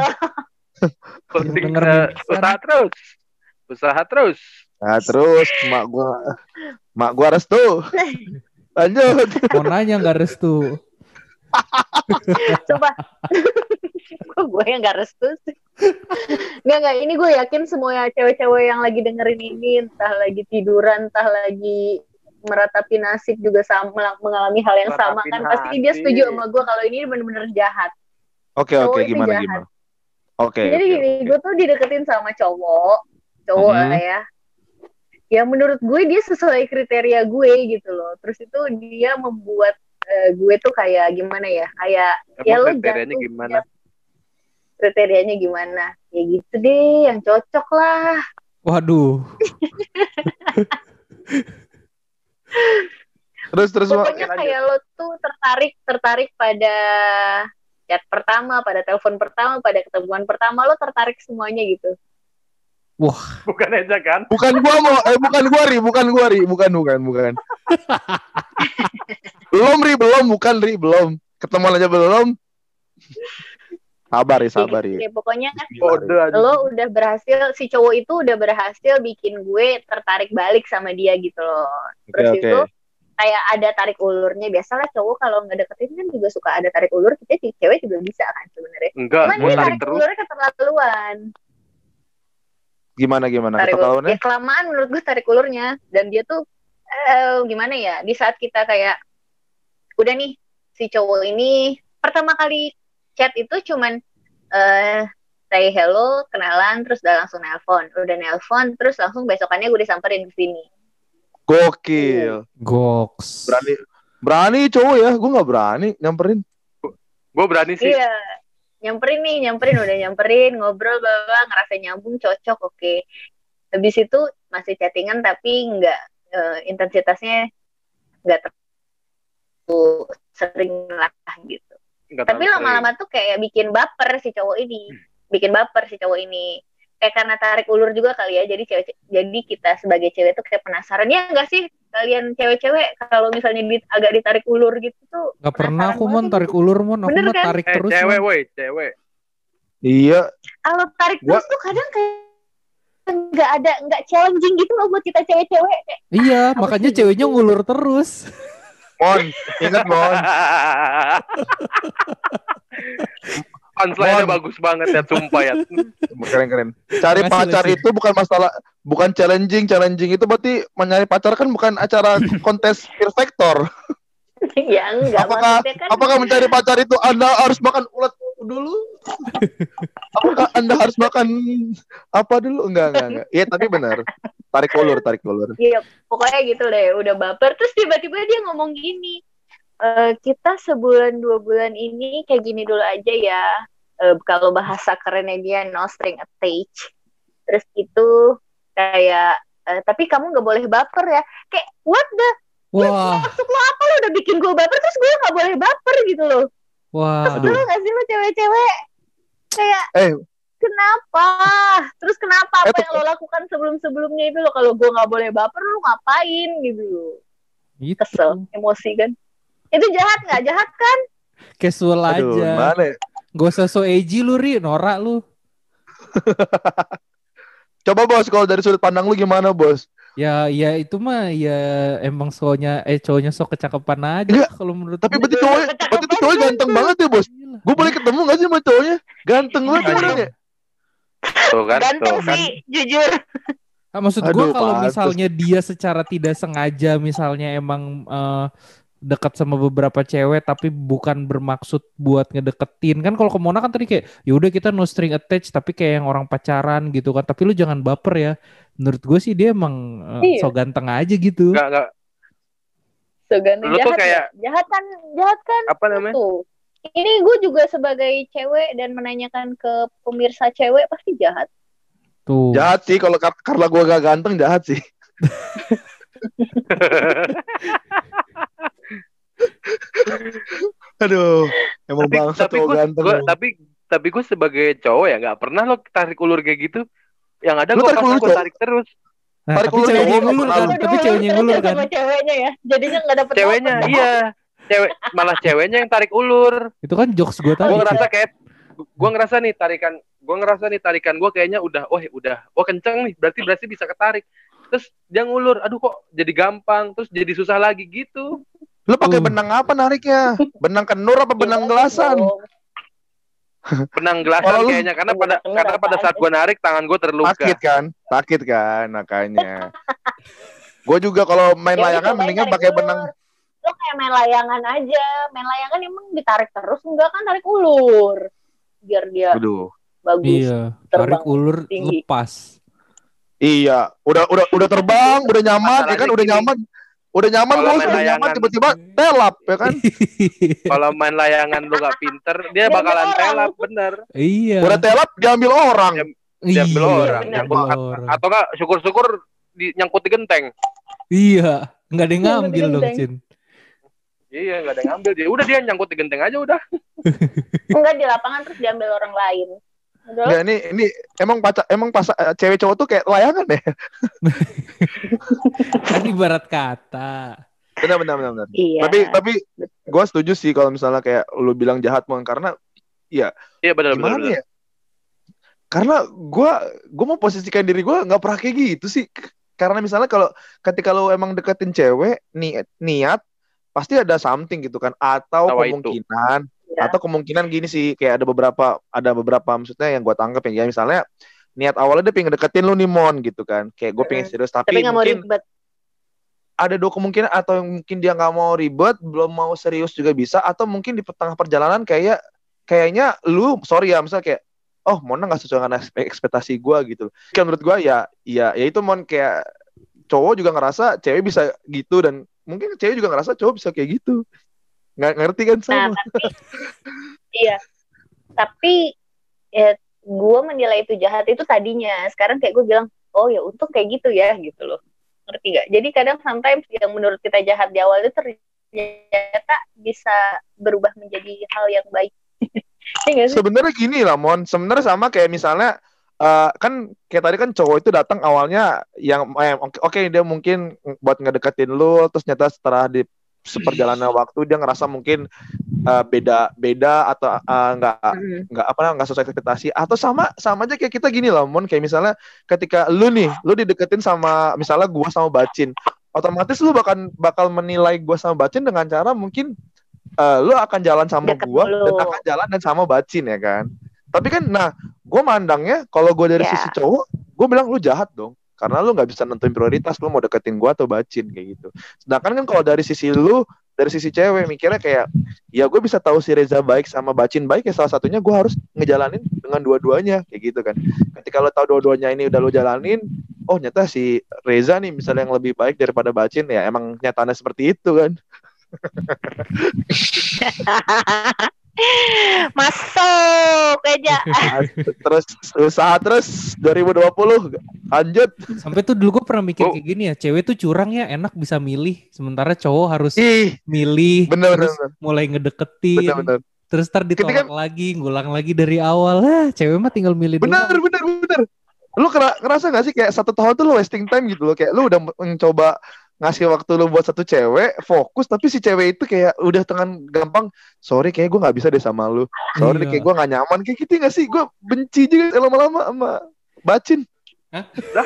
Usaha terus. Nah, terus mak gua restu. Lanjut. Mau nanya nggak restu? Coba. Kok gue yang nggak restu sih? Nggak, ini gue yakin semua cewek-cewek yang lagi dengerin ini, entah lagi tiduran, entah lagi meratapi nasib juga sama mengalami hal yang sama kan. Pasti dia setuju sama gue kalau ini bener-bener jahat. Oke, Cowok itu gimana jahat. gimana? Oke. Jadi gini, gue tuh dideketin sama cowok lah ya. Ya menurut gue dia sesuai kriteria gue gitu loh. Terus itu dia membuat gue tuh kayak gimana ya? Kayak ya lo kriterianya gimana? Kriterianya gimana? Ya gitu deh, yang cocok lah. Waduh. Terus pokoknya kayak lo tuh tertarik pada chat pertama, pada telepon pertama, pada ketemuan pertama, lo tertarik semuanya gitu. Wah. Bukan aja kan? Bukan gua Ri. belum. Ketemuan aja belum. Sabar ya. Pokoknya lo udah berhasil, si cowok itu udah berhasil bikin gue tertarik balik sama dia gitu loh. Terus itu kayak ada tarik ulurnya. Biasalah cowok kalau nggak deketin kan juga suka ada tarik ulur. Kita cewek juga bisa kan sebenarnya. Enggak, cuman ini tarik ulurnya keterlaluan. Gimana ya kelamaan menurut gue tarik ulurnya. Dan dia tuh gimana ya, di saat kita kayak udah nih si cowok ini pertama kali chat itu cuman say hello, kenalan, terus udah langsung nelpon. Udah nelpon, terus langsung besokannya gue disamperin ke sini. Gokil. Goks. Berani cowok ya, gue nggak berani nyamperin. Gue berani sih. Iya, nyamperin, udah nyamperin, ngobrol, ngerasa nyambung, cocok, oke. Habis itu masih chattingan tapi nggak intensitasnya nggak terlalu sering lah gitu. Tapi lama-lama tuh kayak bikin baper si cowok ini. Kayak karena tarik ulur juga kali ya. Jadi kita sebagai cewek tuh kayak penasaran. Ya enggak sih kalian cewek-cewek kalau misalnya agak ditarik ulur gitu tuh. Enggak pernah aku tarik ulur aku mah kan? tarik terus. Cewek. Iya. Kalau tarik terus tuh kadang kayak nggak challenging gitu loh buat kita cewek-cewek. Iya, makanya ceweknya ngulur terus. Ingat Mon. Punchline-nya bagus banget ya, sumpah ya. Keren. Cari pacar itu bukan challenging itu berarti mencari pacar kan bukan acara kontes Fear Factor. Ya enggak. Apakah mencari pacar itu Anda harus makan ulat dulu? Apakah Anda harus makan apa dulu? Enggak. Iya tapi benar. Tarik ulur. Iya, pokoknya gitu deh, udah baper. Terus tiba-tiba dia ngomong gini, kita sebulan 2 bulan ini kayak gini dulu aja ya. Kalau bahasa kerennya dia no string attached. Terus itu kayak, tapi kamu nggak boleh baper ya. Kayak what the? Wah. Maksud lo apa, lo udah bikin gue baper terus gue nggak boleh baper gitu loh. Wah. Kesel nggak sih lo cewek-cewek? Kayak kenapa? Terus kenapa apa yang lo lakukan sebelum-sebelumnya itu lo kalau gue nggak boleh baper lo ngapain gitu? Gitu. Kesel, emosi kan? Itu jahat nggak? Jahat kan? Casual aja. Gak usah so edgy lu Ri, norak lu. Coba bos, kalau dari sudut pandang lu gimana bos? Ya itu mah ya emang cowoknya sok kecakapan aja kalau menurut. Tapi berarti cowok ganteng banget ya bos. Gue boleh ketemu gak sih sama cowoknya? Ganteng banget beneran ya? Ganteng sih, jujur. Maksud gue kalau misalnya dia secara tidak sengaja misalnya emang dekat sama beberapa cewek tapi bukan bermaksud buat ngedeketin kan. Kalau ke Mona kan tadi kayak ya udah kita no string attached tapi kayak yang orang pacaran gitu kan, tapi lu jangan baper ya. Menurut gue sih dia emang so ganteng aja gitu. Enggak. So ganteng, lu jahat tuh kayak jahat kan apa namanya tuh. Ini gue juga sebagai cewek dan menanyakan ke pemirsa cewek pasti jahat tuh. Jahat sih kalau karena gue gak ganteng, jahat sih. Aduh, emang bangsa cowok ganteng. Tapi gue sebagai cowok ya nggak pernah lo tarik ulur kayak gitu. Yang ada gue tarik terus. Nah, tapi ceweknya ngulur kan. Tapi ceweknya ngulur kan. Ceweknya ya, jadinya nggak dapet. Ceweknya iya. Malah ceweknya yang tarik ulur. Itu kan jokes gue tadi. Gue ngerasa nih tarikan gue kayaknya udah kenceng nih. Berarti bisa ketarik. Terus dia ngulur, aduh kok jadi gampang, terus jadi susah lagi gitu. Lu pakai benang apa nariknya? Benang kenur apa benang gelasan? Penanglasan Kalau lu kayaknya karena Bener pada saat gue narik tangan gue terluka. sakit kan makanya. Gue juga kalau main Ya udah layangan cobain mendingan tarik pakai ulur. benang. Lo kayak main layangan aja. Main layangan emang ditarik terus, enggak kan tarik ulur. Biar dia Aduh. bagus. Iya, Terbang tarik ulur tinggi. lepas. Iya, udah terbang, udah nyaman, ya kan, Masalahnya udah gini, nyaman. Udah nyaman kalau bos, main udah nyaman layangan- tiba-tiba telap ya kan. Kalau main layangan lu gak pinter, dia Diambil bakalan orang. telap, bener. Iya. Udah telap diambil orang. Diambil Iya, orang. diambil orang. Atau enggak syukur-syukur nyangkut di genteng. Iya, nggak ada yang Nyangkut di ngambil dong, genteng. Cin. Iya, gak ada yang ngambil. Dia udah dia nyangkut di genteng aja udah. Enggak di lapangan terus diambil orang lain. Udah. Nggak, ini emang pas cewek cowok tuh kayak layangan ya. Kan ibarat kata. Benar. Iya. Tapi gue setuju sih kalau misalnya kayak lu bilang jahat Mon, karena Iya, benar. gimana ya? Karena gue mau posisikan diri gue nggak pernah kayak gitu sih. Karena misalnya kalau ketika lu emang deketin cewek niat pasti ada something gitu kan, atau Tawa kemungkinan Ya. atau kemungkinan gini sih, kayak ada beberapa maksudnya yang gue tangkap ya, misalnya niat awalnya dia pengen deketin lu nih Mon gitu kan, kayak gue pengen serius Tapi tapi nggak mau mungkin ribet. ada dua kemungkinan, atau yang mungkin dia nggak mau ribet, belum mau serius juga bisa, atau mungkin di tengah perjalanan kayaknya lu sorry ya misalnya kayak oh Mona nggak sesuai dengan ekspektasi gue gitu. Kan menurut gue ya itu Mon, kayak cowok juga ngerasa cewek bisa gitu, dan mungkin cewek juga ngerasa cowok bisa kayak gitu. Nggak ngerti kan sama? Tapi ya, gue menilai itu jahat itu tadinya. Sekarang kayak gue bilang, oh ya untung kayak gitu ya gitu loh. Ngerti gak? Jadi kadang sometimes yang menurut kita jahat di awal itu ternyata bisa berubah menjadi hal yang baik. Iya nggak sih? Sebenarnya gini lah Mon, sebenarnya sama kayak misalnya kan kayak tadi kan cowok itu datang awalnya yang oke, dia mungkin buat ngedeketin lu, terus nyata setelah di seperjalanan waktu dia ngerasa mungkin beda atau nggak sesuai ekspektasi, atau sama aja kayak kita gini lah Mon, kayak misalnya ketika lu dideketin sama misalnya gua sama Bacin, otomatis lu bakal menilai gua sama Bacin dengan cara mungkin lu akan jalan sama Deket gua dulu. dan akan jalan dan sama Bacin ya kan. Tapi kan gue mandangnya kalau gue dari sisi cowok, gue bilang lu jahat dong, karena lu nggak bisa nentuin prioritas lu mau deketin gue atau Bacin kayak gitu. Sedangkan kan kalau dari sisi cewek mikirnya kayak ya gue bisa tahu si Reza baik sama Bacin baik, ya salah satunya gue harus ngejalanin dengan dua-duanya kayak gitu kan. Ketika lo tahu dua-duanya ini udah lo jalanin, oh nyata si Reza nih misalnya yang lebih baik daripada Bacin, ya emang nyatanya seperti itu kan. Masuk aja. Terus usaha terus 2020 lanjut. Sampai tuh dulu gue pernah mikir Oh. kayak gini ya, cewek tuh curang ya, enak bisa milih, sementara cowok harus Ih, milih, bener. terus mulai ngedeketin, Bener. terus ntar ditolak lagi, ngulang lagi dari awal. Cewek mah tinggal milih Bener. doang. Lu ngerasa gak sih kayak 1 tahun tuh lu wasting time gitu loh, kayak lu udah mencoba ngasih waktu lu buat satu cewek fokus, tapi si cewek itu kayak udah gampang sorry kayak gue nggak bisa deh sama lu, sorry Iya. kayak gue nggak nyaman kayak gitu gak sih. Gue benci juga lama-lama sama Bacin. Hah?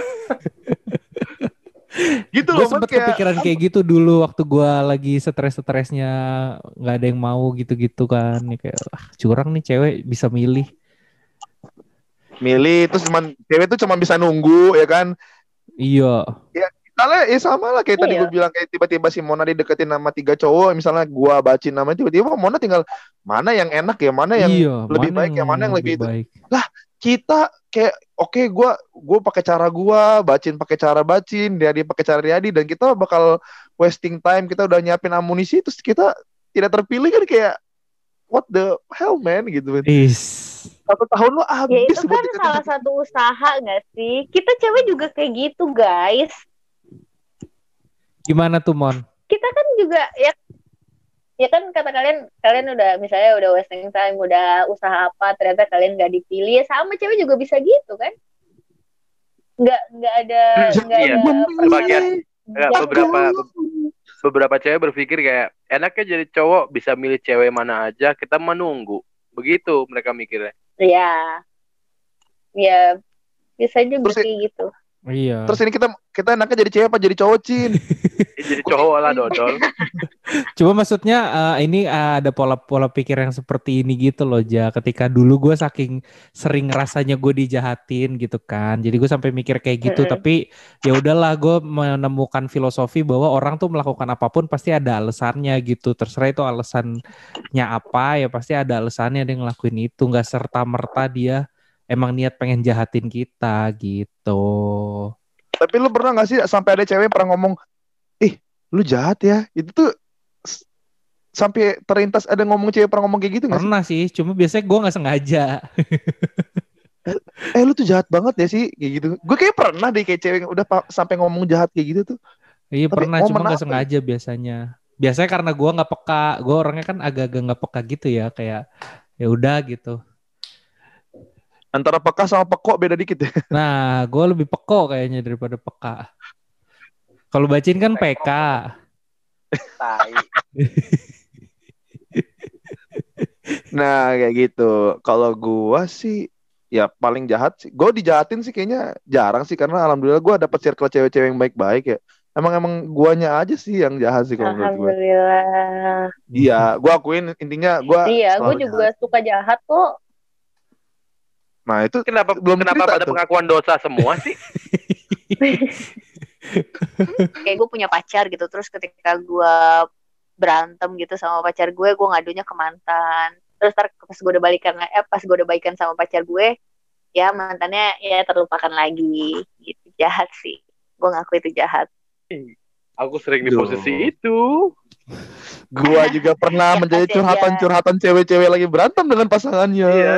Gitu Gue loh sempet kayak kepikiran kayak gitu dulu waktu gue lagi stres-stresnya, nggak ada yang mau gitu-gitu kan, ya kayak curang nih cewek bisa milih. milih, terus cewek tuh cuma bisa nunggu ya kan. Iya. Misalnya sama lah kayak tadi Iya. gue bilang, kayak tiba-tiba si Mona dideketin sama 3 cowok, misalnya gue Bacin namanya, tiba-tiba Mona tinggal mana yang enak ya, mana yang lebih baik ya, mana yang lebih itu. baik. Kita kayak oke, gue pakai cara gue, Bacin pakai cara Bacin, dia pakai cara Riyadi, dan kita bakal wasting time. Kita udah nyiapin amunisi, terus kita tidak terpilih kan, kayak what the hell man gitu. Is. 1 tahun lo Ya habis itu buat kan deketin salah satu usaha nggak sih? Kita cewek juga kayak gitu guys. Gimana tuh Mon? Kita kan juga ya kan kata kalian udah misalnya udah wasting time, udah usaha apa, ternyata kalian nggak dipilih, ya sama cewek juga bisa gitu kan? Nggak ada Iya, sebagian Jangan- beberapa cewek berpikir kayak enaknya jadi cowok bisa milih cewek mana aja, kita menunggu. Begitu mereka mikirnya. Ya bisa juga Terus kayak gitu. Iya. Terus ini kita enaknya jadi cewek apa jadi cowok, Cin? Jadi cowok lah dodol. Cuma maksudnya ini ada pola-pola pikir yang seperti ini gitu loh, Ja. Ketika dulu gue saking sering rasanya gue dijahatin gitu kan. Jadi gue sampai mikir kayak gitu. Tapi ya udahlah, gue menemukan filosofi bahwa orang tuh melakukan apapun pasti ada alasannya gitu. Terserah itu alasannya apa, ya pasti ada alasannya dia ngelakuin itu. Nggak serta-merta dia emang niat pengen jahatin kita gitu. Tapi lu pernah gak sih sampai ada cewek pernah ngomong, ih lu jahat ya? Itu tuh sampai terlintas ada ngomong cewek pernah ngomong kayak gitu gak sih? Pernah sih, cuma biasanya gue nggak sengaja. Lu tuh jahat banget ya sih kayak gitu. Gue kayak pernah deh kayak cewek udah sampai ngomong jahat kayak gitu tuh. Iya Tapi pernah, cuma momen nggak apa sengaja biasanya. Biasanya karena gue nggak peka, gue orangnya kan agak-agak nggak peka gitu ya, kayak ya udah gitu. Antara peka sama pekok beda dikit ya. Nah, gue lebih peko kayaknya daripada peka. Kalau Bacin kan PK. Tai. Nah kayak gitu. Kalau gua sih ya paling jahat sih. Gue dijahatin sih kayaknya jarang sih karena alhamdulillah gua dapet circle cewek-cewek yang baik-baik ya. Emang guanya aja sih yang jahat sih kalau menurut gue. Alhamdulillah. Iya, gua akuin intinya gua. Iya, gue selalu juga jahat. suka jahat kok. Nah itu Kenapa belum cerita pada tuh. pengakuan dosa semua sih? Kayak gue punya pacar gitu, terus ketika gue berantem gitu sama pacar gue ngadunya ke mantan. Terus pas gue udah balikan sama pacar gue, ya mantannya ya terlupakan lagi. Gitu, jahat sih. Gue ngaku itu jahat. Aku sering di posisi itu. Gua juga pernah menjadi curhatan cewek-cewek lagi berantem dengan pasangannya. Iya.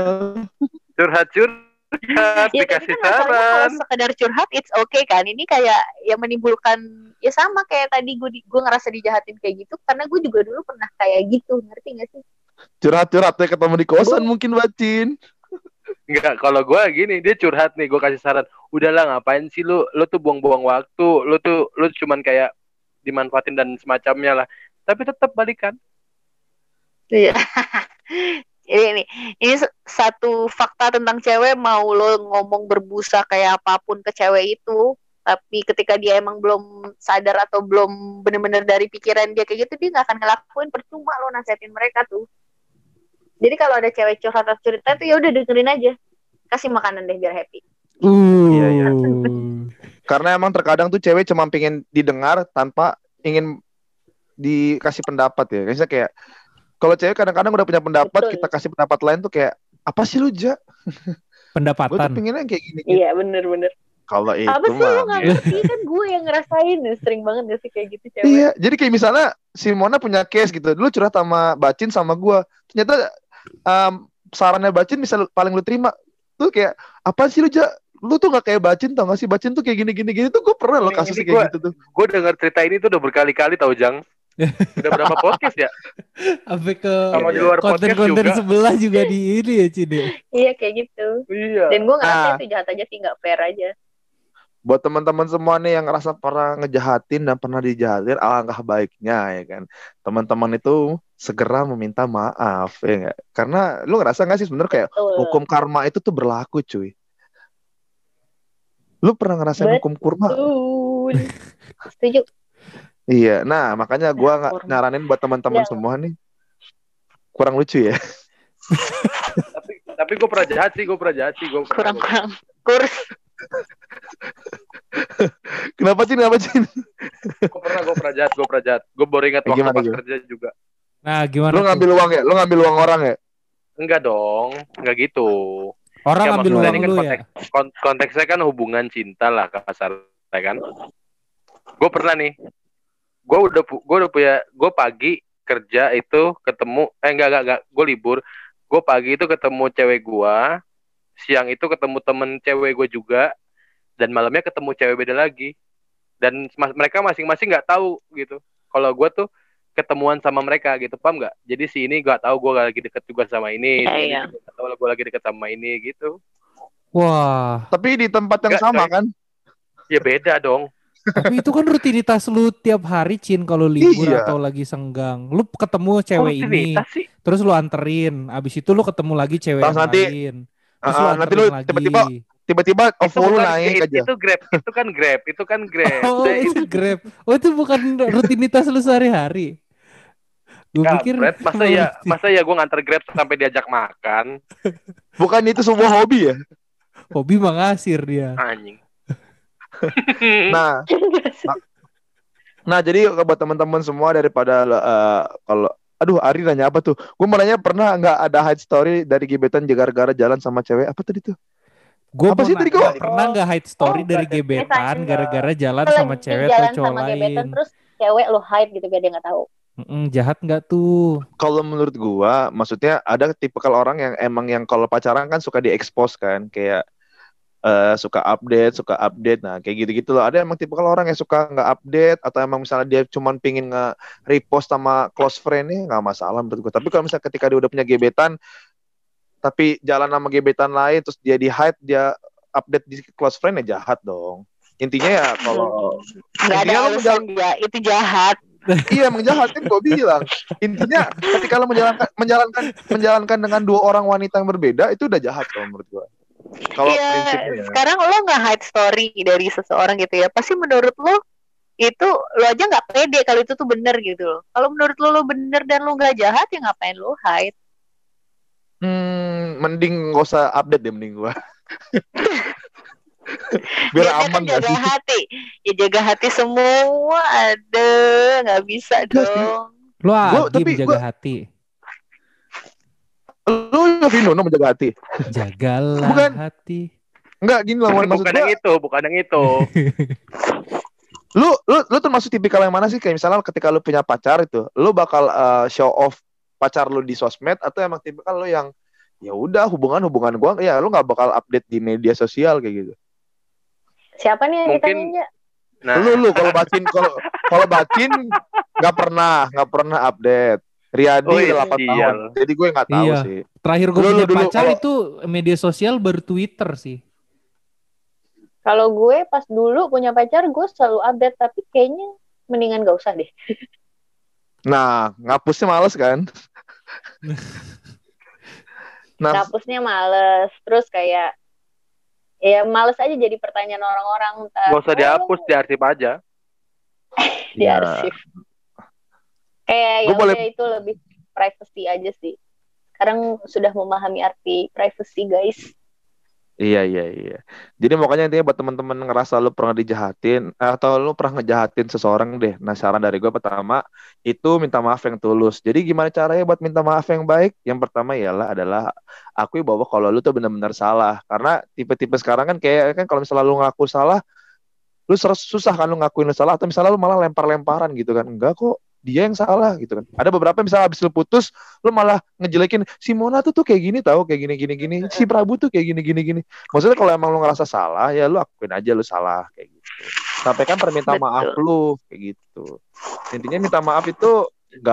Curhat, Ya, dikasih tapi kan masalahnya kalau saran. sekedar curhat it's okay kan. Ini kayak yang menimbulkan ya sama kayak tadi gue ngerasa dijahatin kayak gitu karena gue juga dulu pernah kayak gitu, ngerti gak sih? Curhat-curhatnya ketemu di kosan mungkin Bacin. Enggak, kalau gue gini, dia curhat nih, gue kasih saran. Udahlah ngapain sih lu tuh buang-buang waktu, lu cuman kayak dimanfaatin dan semacamnya lah. Tapi tetap balikan. Iya. ini satu fakta tentang cewek, mau lo ngomong berbusa kayak apapun ke cewek itu, tapi ketika dia emang belum sadar atau belum bener-bener dari pikiran dia kayak gitu, dia nggak akan ngelakuin, percuma lo nasihatin mereka tuh. Jadi kalau ada cewek curhat atau cerita tuh ya udah dengerin aja, kasih makanan deh biar happy. Iya. Karena emang terkadang tuh cewek cuma pengen didengar tanpa ingin dikasih pendapat ya. Kayaknya kayak kalau cewek kadang-kadang udah punya pendapat, Betul. kita kasih pendapat lain tuh kayak apa sih lu, Ja? Pendapatan. Gue tuh pengennya kayak gini. Iya bener-bener. Kalau itu Apa sih lo mah. gak ngerti, kan gue yang ngerasain, sering banget gak sih kayak gitu cewek. Iya, jadi kayak misalnya si Mona punya case gitu, dulu curhat sama Bacin sama gue, ternyata sarannya Bacin bisa paling lu terima, tuh kayak apa sih lu, Ja? Lu tuh gak kayak Bacin, tau gak sih? Bacin tuh kayak gini tuh gue pernah lo kasusnya kayak gitu tuh. Gue denger cerita ini tuh udah berkali-kali tau, Jang. Udah berapa podcast ya? Sampai ke Sama di luar podcast konten-konten juga. sebelah juga di ini ya, Cide. Iya kayak gitu. Iya. Dan gue ngerasa itu jahat aja sih, gak fair aja. Buat teman-teman semua nih yang ngerasa pernah ngejahatin dan pernah dijahatin, alangkah baiknya ya kan. Teman-teman itu segera meminta maaf ya gak? Karena lu ngerasa gak sih sebenarnya kayak hukum karma itu tuh berlaku, cuy. Lu pernah ngerasain hukum karma? Setuju. Iya, nah makanya gue nyaranin buat teman-teman semua nih, kurang lucu ya. tapi gue pernah jahat sih, Kurang kurs. Kenapa Cin? Gue pernah jahat. Gue baru ingat waktu pas kerja juga. Nah, gimana? Lu ngambil uang ya? Lu ngambil uang orang ya? Enggak dong, enggak gitu. Orang ngambil uang kan lu ya? Konteksnya kan hubungan cinta lah kasar, kan? Gue pernah nih, gue udah punya, gue pagi kerja itu ketemu, enggak, gue libur, gue pagi itu ketemu cewek gue, siang itu ketemu temen cewek gue juga, dan malamnya ketemu cewek beda lagi, dan mereka masing-masing nggak tahu gitu, kalau gue tuh ketemuan sama mereka gitu, paham nggak? Jadi si ini nggak tahu gue lagi deket juga sama ini, Iya. nggak tahu gue lagi deket sama ini gitu. Wah. Tapi di tempat yang sama kan? Ya beda dong. Tapi itu kan rutinitas lu tiap hari, Cin, kalau libur Iya. atau lagi senggang. Lu ketemu cewek ini, terus lu anterin. Abis itu lu ketemu lagi cewek yang lain. Terus lu nanti lu anterin lagi. tiba-tiba tiba-tiba Itu follow bukan naik aja. itu Grab, itu kan Grab. Oh, Saya itu Grab. Oh, itu bukan rutinitas lu sehari-hari. Gue pikir Kampret, masa ya gue nganter Grab sampai diajak makan, Bukan itu sebuah hobi ya? hobi mah ngasir dia. anjing. Nah, jadi buat teman-teman semua daripada kalau aduh Ari nanya apa tuh? Gue mau nanya pernah nggak ada hide story dari gebetan gara-gara jalan sama cewek? Apa tadi tuh? Gue Apa sih tadi kok? pernah nggak hide story Oh, dari bukan. gebetan Misalnya, gara-gara jalan Lu sama lagi cewek atau jalan cowok sama gebetan lain? terus cewek lu hide gitu biar dia nggak tahu. Jahat nggak tuh? Kalau menurut gua, maksudnya ada tipikal orang yang emang yang kalau pacaran kan suka diekspos kan, kayak suka update. Nah, kayak gitu-gitu loh. Ada emang tipikal orang yang suka nggak update atau emang misalnya dia cuman pingin nge-repost sama close friend-nya nggak masalah menurut gua. Tapi kalau misalnya ketika dia udah punya gebetan, tapi jalan sama gebetan lain terus dia di-hide, dia update di close friend ya jahat dong. Intinya ya kalau Nggak ada intinya lu alasan ya, itu jahat. iya emang jahat kan gue bilang. Intinya ketika lo menjalankan dengan dua orang wanita yang berbeda itu udah jahat kalau menurut gue. Kalau Iya, prinsipnya ya. sekarang lo nggak hide story dari seseorang gitu ya, pasti menurut lo itu lo aja nggak pede kalau itu tuh bener gitu loh. Kalau menurut lo bener dan lo nggak jahat ya ngapain lo hide? Mending gak usah update deh mending gue. Biar Biasanya aman kan gak jaga sih? hati, ya jaga hati semua ada, nggak bisa Enggak sih. dong. Lu agim tapi jaga hati. Lu Vino menjaga hati. Jagalah Bukan. hati. Enggak gini lah maksud Bukan gue. yang itu. Lu termasuk tipikal yang mana sih? Kayak misalnya ketika lu punya pacar itu, lu bakal show off pacar lu di sosmed atau emang tipikal lu yang ya udah hubungan gua ya lu nggak bakal update di media sosial kayak gitu. Siapa nih yang Mungkin- ditanya? Nah, Lu kalau bacin nggak pernah update. Riyadi Oh, iya, 8 sial. tahun. Jadi gue nggak tahu Iya. sih. Terakhir gue Lu punya dulu pacar kalau- itu media sosial baru Twitter sih. Kalau gue pas dulu punya pacar gue selalu update tapi kayaknya mendingan gak usah deh. Nah, ngapusnya males kan? Nah, Hapusnya males, terus kayak ya males aja jadi pertanyaan orang-orang. gak usah dihapus, diarsip aja. Di ya. arsip. Kayak ya Gue boleh- udah itu lebih privacy aja sih. Sekarang sudah memahami arti privacy guys. Iya. Jadi makanya intinya buat teman-teman ngerasa lu pernah dijahatin atau lu pernah ngejahatin seseorang deh. Nah, saran dari gue pertama itu minta maaf yang tulus. Jadi gimana caranya buat minta maaf yang baik? Yang pertama adalah akui bahwa kalau lu tuh benar-benar salah. Karena tipe-tipe sekarang kan kayak kan kalau misalnya lu ngaku salah, lu susah kan lu ngakuin lu salah atau misalnya lu malah lempar-lemparan gitu kan. Enggak kok, dia yang salah gitu kan. Ada beberapa misalnya habis lu putus, lu malah ngejelekin si Mona tuh kayak gini tahu, kayak gini. Si Prabu tuh kayak gini. Maksudnya kalau emang lu ngerasa salah, ya lu akuin aja lu salah kayak gitu. Sampaikan permintaan Betul. maaf lu kayak gitu. Intinya minta maaf itu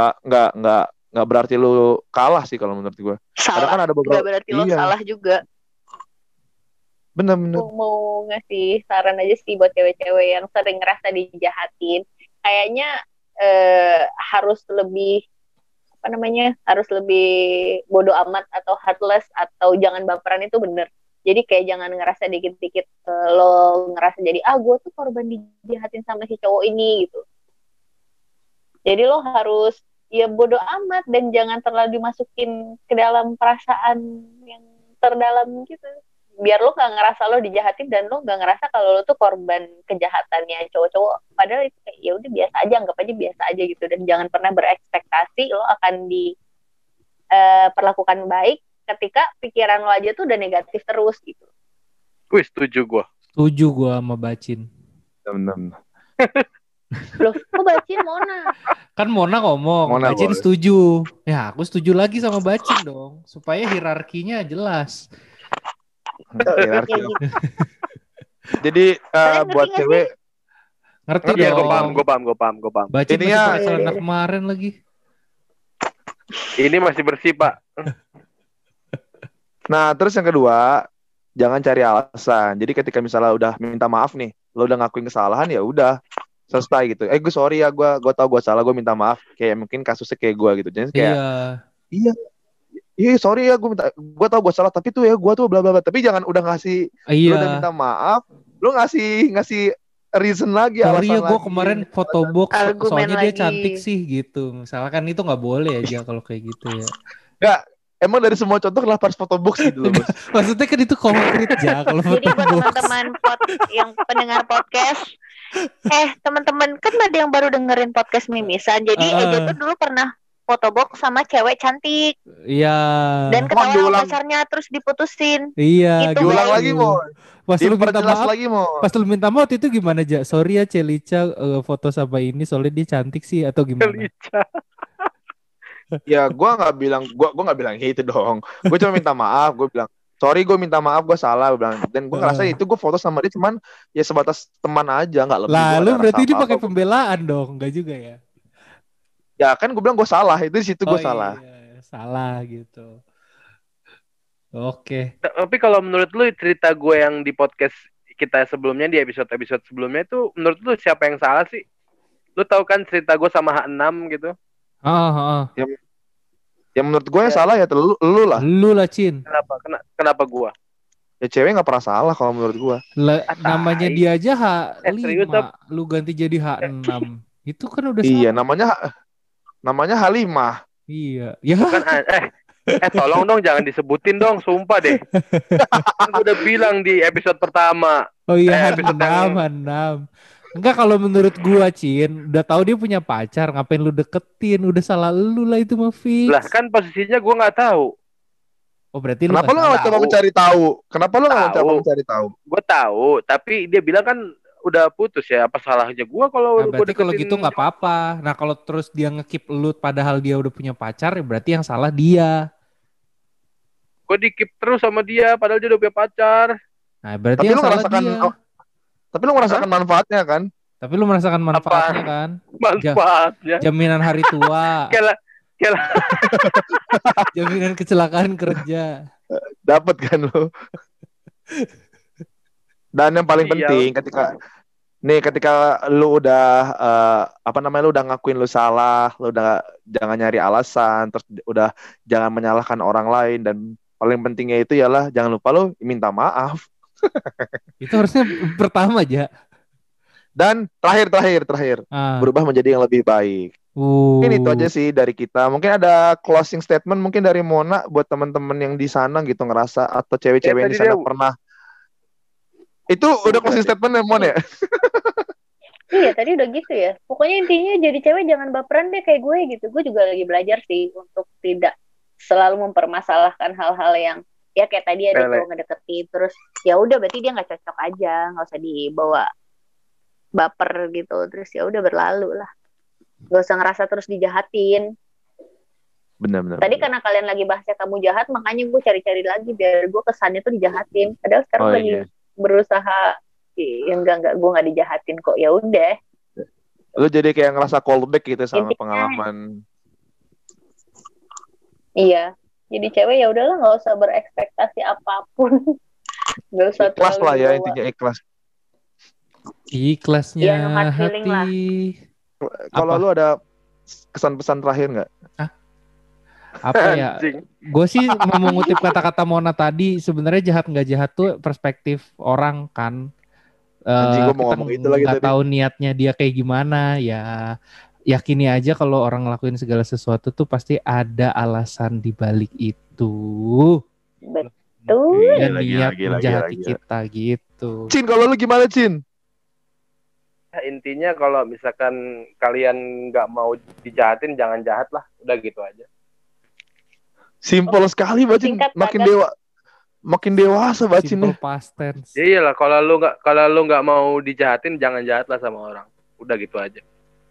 nggak berarti lu kalah sih kalau menurut gue. Karena Salah, kan ada beberapa nggak berarti lo iya. salah juga. Bener. Aku mau ngasih saran aja sih buat cewek-cewek yang sering ngerasa dijahatin. Kayaknya harus lebih harus lebih bodo amat atau heartless atau jangan baperan itu bener. Jadi kayak jangan ngerasa dikit-dikit lo ngerasa jadi gue tuh korban dijahatin sama si cowok ini gitu. Jadi lo harus ya bodo amat dan jangan terlalu dimasukin ke dalam perasaan yang terdalam gitu. Biar lo gak ngerasa lo dijahatin dan lo gak ngerasa kalau lo tuh korban kejahatannya cowok-cowok. Padahal itu kayak ya udah biasa aja, anggap aja biasa aja gitu. Dan jangan pernah berekspektasi lo akan diperlakukan baik ketika pikiran lo aja tuh udah negatif terus gitu. Wih, setuju gue. Setuju gue sama Bacin. Bener. Loh, kok bacin Mona? Kan Mona ngomong, Mona Bacin boleh. setuju. Ya aku setuju lagi sama Bacin dong. Supaya hierarkinya jelas. Hierarki. Ya gitu. Jadi Kalian buat ngerti nggak cewek Ngerti Iya, dong. gue paham. Bacin masih Ininya- pakai celana kemarin lagi. Ini masih bersih, Pak. Nah, terus yang kedua, jangan cari alasan. Jadi ketika misalnya udah minta maaf nih, lo udah ngakuin kesalahan ya udah selesai gitu. Gue sorry ya, gue tahu gue salah, gue minta maaf. Kayak mungkin kasusnya kayak gue gitu. Jadi kayak Iya. iya sorry ya gue tau gue salah tapi tuh ya gue tuh bla bla bla, tapi jangan udah ngasih lu udah Iya. minta maaf, lu ngasih reason lagi, Sorry alasan ya gue lagi. kemarin foto box Argumen soalnya dia lagi. cantik sih gitu. Misalkan itu nggak boleh aja kalau kayak gitu ya. Nggak, emang dari semua contoh kenapa harus foto box gitu loh bos? Maksudnya kan itu konkret ya kalau Jadi foto buat box. teman-teman yang pendengar podcast, teman-teman kan ada yang baru dengerin podcast Mimisan. Jadi Eja tuh dulu pernah foto box sama cewek cantik Iya. dan ketahuan sama pacarnya terus diputusin. Iya. Gitu, Diulang guys. lagi mau. Pas lu minta Diperjelas maaf lagi mau. Pas lu minta maaf itu gimana aja? Sorry ya Celica foto sama ini soalnya dia cantik sih atau gimana? Ya gue nggak bilang itu dong. Gue cuma minta maaf. Gue bilang sorry, gue minta maaf, gue salah. Gue bilang, dan gue ngerasa itu gue foto sama dia cuman ya sebatas teman aja, nggak lebih. Lalu berarti dia pakai pembelaan dong, nggak juga ya? Ya kan gue bilang gue salah, itu di situ gue salah. Iya, salah gitu. Oke. Tapi kalau menurut lu cerita gue yang di podcast kita sebelumnya, di episode sebelumnya itu menurut lu siapa yang salah sih? Lu tahu kan cerita gue sama H6 gitu? Ya menurut gue yang salah ya lu lah. Lu lah Cin. Kenapa gue? Ya cewek nggak pernah salah kalau menurut gue. Namanya dia aja H5, lu ganti jadi H6. Itu kan udah iya, salah. namanya Halimah. Iya. Ya bukan tolong dong jangan disebutin dong, sumpah deh. Kan gue udah bilang di episode pertama. Oh iya, H6. Enggak, kalau menurut gua Cin, udah tahu dia punya pacar, ngapain lu deketin? Udah salah lu lah itu mah fix. Lah kan posisinya gua nggak tahu. Oh berarti kenapa lu nggak coba mencari tahu? Kenapa lu nggak coba mencari tahu? Gua tahu, tapi dia bilang kan udah putus ya. Apa salahnya gua kalau berarti kalau gitu nggak apa-apa. Nah kalau terus dia nge-keep lu padahal dia udah punya pacar, ya berarti yang salah dia. Gua di-keep terus sama dia, padahal dia udah punya pacar. Nah berarti tapi yang salah dia. Tapi lu merasakan manfaatnya kan? Tapi lu merasakan manfaatnya kan? Manfaatnya. Jaminan hari tua. Kela. Jaminan kecelakaan kerja. Dapat kan lu. Dan yang paling penting ketika lu udah lu udah ngakuin lu salah, lu udah jangan nyari alasan, terus udah jangan menyalahkan orang lain, dan paling pentingnya itu ialah jangan lupa lu minta maaf. Itu harusnya pertama aja. Dan terakhir berubah menjadi yang lebih baik. Mungkin itu aja sih dari kita. Mungkin ada closing statement mungkin dari Mona buat teman-teman yang di sana gitu ngerasa, atau cewek-cewek yang di sana pernah. Itu udah closing statement ya Mon ya? Iya tadi udah gitu ya. Pokoknya intinya jadi cewek jangan baperan deh kayak gue gitu. Gue juga lagi belajar sih untuk tidak selalu mempermasalahkan hal-hal yang ya kayak tadi ada cowok ngedeketin terus ya udah berarti dia nggak cocok aja, nggak usah dibawa baper gitu, terus ya udah berlalu lah, nggak usah ngerasa terus dijahatin. Benar. Tadi karena kalian lagi bahasnya kamu jahat, makanya gue cari-cari lagi biar gue kesannya tuh dijahatin, padahal sekarang lagi berusaha enggak gue nggak dijahatin kok, ya udah. Lu jadi kayak ngerasa callback gitu sama pengalaman. Iya. Jadi cewek ya udahlah nggak usah berekspektasi apapun, nggak usah ikhlas lah ya intinya ikhlasnya hati. Kalau lu ada kesan-pesan terakhir nggak? Apa ya? Gue sih mau mengutip kata-kata Mona tadi, sebenarnya jahat nggak jahat tuh perspektif orang kan. Kita nggak tahu niatnya dia kayak gimana ya. Yakini aja kalau orang ngelakuin segala sesuatu tuh pasti ada alasan di balik itu. Betul. Dan niat menjahati kita gitu. Cin, kalau lu gimana Cin? Intinya kalau misalkan kalian nggak mau dijahatin, jangan jahat lah. Udah gitu aja. Simpel sekali Bacin. Makin dewasa Bacin. Simple past tense. Iyalah, kalau lu nggak mau dijahatin, jangan jahat lah sama orang. Udah gitu aja.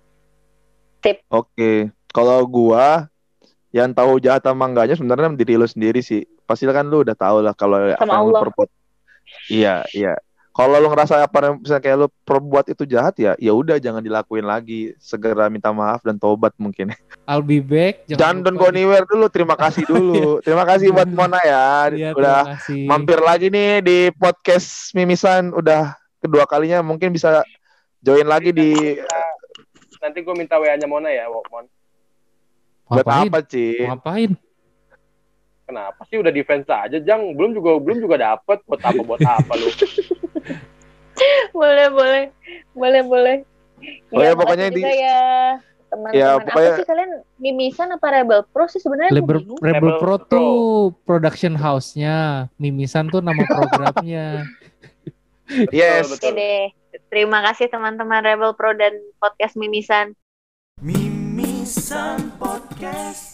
Oke, kalau gua yang tahu jahat sama enggaknya sebenarnya diri lu sendiri sih. Pasti kan lu udah tahu lah kalau apa yang lu perbuat. Iya. Kalau lu ngerasa apa yang misalnya kayak lu perbuat itu jahat ya udah jangan dilakuin lagi. Segera minta maaf dan tobat mungkin. I'll be back. Jangan don't go anywhere dulu. Terima kasih dulu. Terima kasih buat Mona ya. Udah mampir lagi nih di podcast Mimisan. Udah kedua kalinya, mungkin bisa join lagi di. Nanti gue minta WA-nya Mona ya, Mon. Buat apa, Ci? Ngapain? Kenapa sih udah defense aja, Jang? Belum juga dapet. Buat apa lu? Boleh. Oh ya, makasih pokoknya juga ya teman-teman. Ya, pokoknya- Apa sih kalian Mimisan apa Rebel Pro sih sebenarnya? Aku bingung. Rebel Rebel Pro Pro. tuh production house-nya, Mimisan tuh nama programnya. Yes. Oke deh. Terima kasih teman-teman Rebel Pro dan podcast Mimisan. Mimisan Podcast.